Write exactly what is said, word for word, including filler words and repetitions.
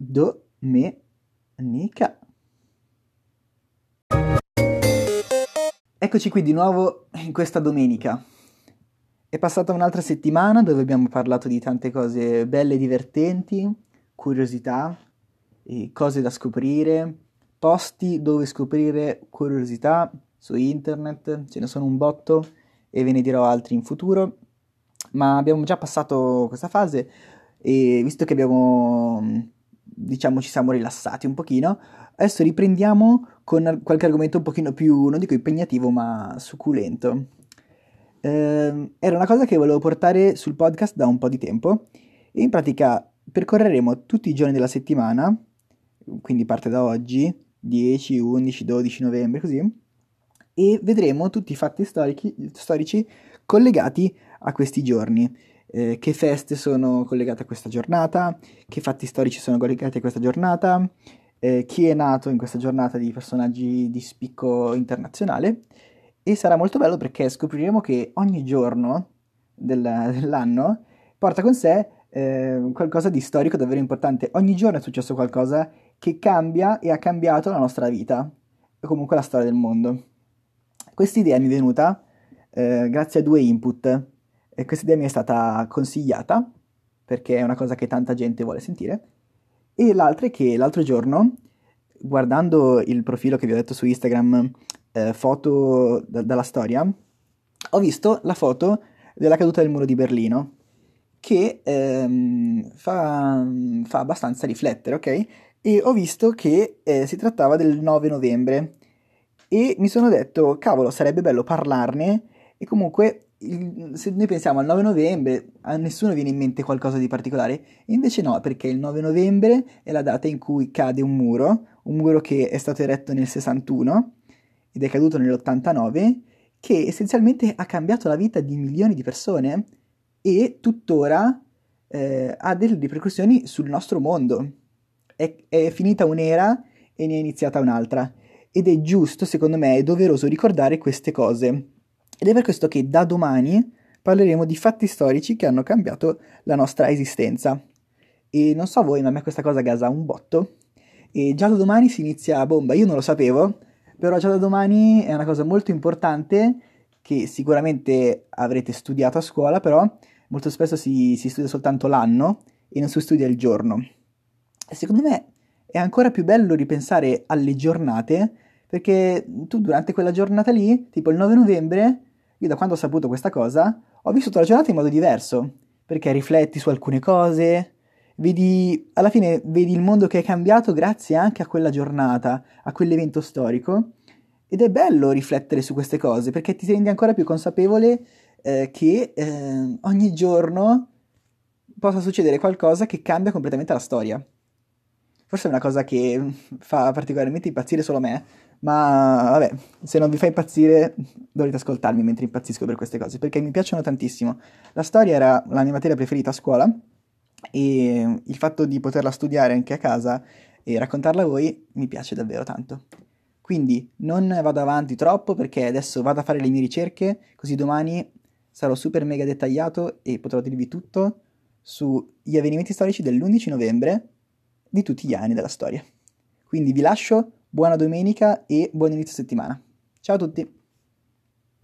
domenica. Eccoci qui di nuovo in questa domenica. È passata un'altra settimana dove abbiamo parlato di tante cose belle e divertenti, curiosità, e cose da scoprire, posti dove scoprire curiosità su internet, ce ne sono un botto e ve ne dirò altri in futuro, ma abbiamo già passato questa fase e visto che abbiamo, diciamo, ci siamo rilassati un pochino, adesso riprendiamo con qualche argomento un pochino più, non dico impegnativo, ma succulento. Eh, era una cosa che volevo portare sul podcast da un po' di tempo e in pratica percorreremo tutti i giorni della settimana, quindi parte da oggi, dieci, undici, dodici novembre, così, e vedremo tutti i fatti storici, storici collegati a questi giorni. Eh, che feste sono collegate a questa giornata, che fatti storici sono collegati a questa giornata, eh, chi è nato in questa giornata di personaggi di spicco internazionale. E sarà molto bello perché scopriremo che ogni giorno del- dell'anno porta con sé eh, qualcosa di storico davvero importante. Ogni giorno è successo qualcosa che cambia e ha cambiato la nostra vita, o comunque la storia del mondo. Questa idea mi è venuta eh, grazie a due input. E questa idea mi è stata consigliata perché è una cosa che tanta gente vuole sentire. E l'altra è che l'altro giorno, guardando il profilo che vi ho detto su Instagram, eh, foto da- dalla storia, ho visto la foto della caduta del muro di Berlino, che ehm, fa, fa abbastanza riflettere, ok? E ho visto che eh, si trattava del nove novembre e mi sono detto, cavolo, sarebbe bello parlarne e comunque il- se noi pensiamo al nove novembre a nessuno viene in mente qualcosa di particolare, e invece no, perché il nove novembre è la data in cui cade un muro, un muro che è stato eretto nel sessantuno ed è caduto nell'ottantanove, che essenzialmente ha cambiato la vita di milioni di persone e tuttora eh, ha delle ripercussioni sul nostro mondo. È, è finita un'era e ne è iniziata un'altra. Ed è giusto, secondo me, è doveroso ricordare queste cose. Ed è per questo che da domani parleremo di fatti storici che hanno cambiato la nostra esistenza. E non so voi, ma a me questa cosa gasa un botto. E già da domani si inizia a bomba. Io non lo sapevo, però già da domani è una cosa molto importante che sicuramente avrete studiato a scuola, però molto spesso si, si studia soltanto l'anno e non si studia il giorno. E secondo me è ancora più bello ripensare alle giornate, perché tu durante quella giornata lì, tipo il nove novembre, io da quando ho saputo questa cosa, ho vissuto la giornata in modo diverso, perché rifletti su alcune cose, vedi, alla fine vedi il mondo che è cambiato grazie anche a quella giornata, a quell'evento storico, ed è bello riflettere su queste cose, perché ti rendi ancora più consapevole eh, che eh, ogni giorno possa succedere qualcosa che cambia completamente la storia. Forse è una cosa che fa particolarmente impazzire solo me, ma vabbè, se non vi fa impazzire dovete ascoltarmi mentre impazzisco per queste cose, perché mi piacciono tantissimo. La storia era la mia materia preferita a scuola e il fatto di poterla studiare anche a casa e raccontarla a voi mi piace davvero tanto. Quindi non vado avanti troppo perché adesso vado a fare le mie ricerche, così domani sarò super mega dettagliato e potrò dirvi tutto sugli avvenimenti storici dell'undici novembre di tutti gli anni della storia. Quindi vi lascio, buona domenica e buon inizio settimana. Ciao a tutti!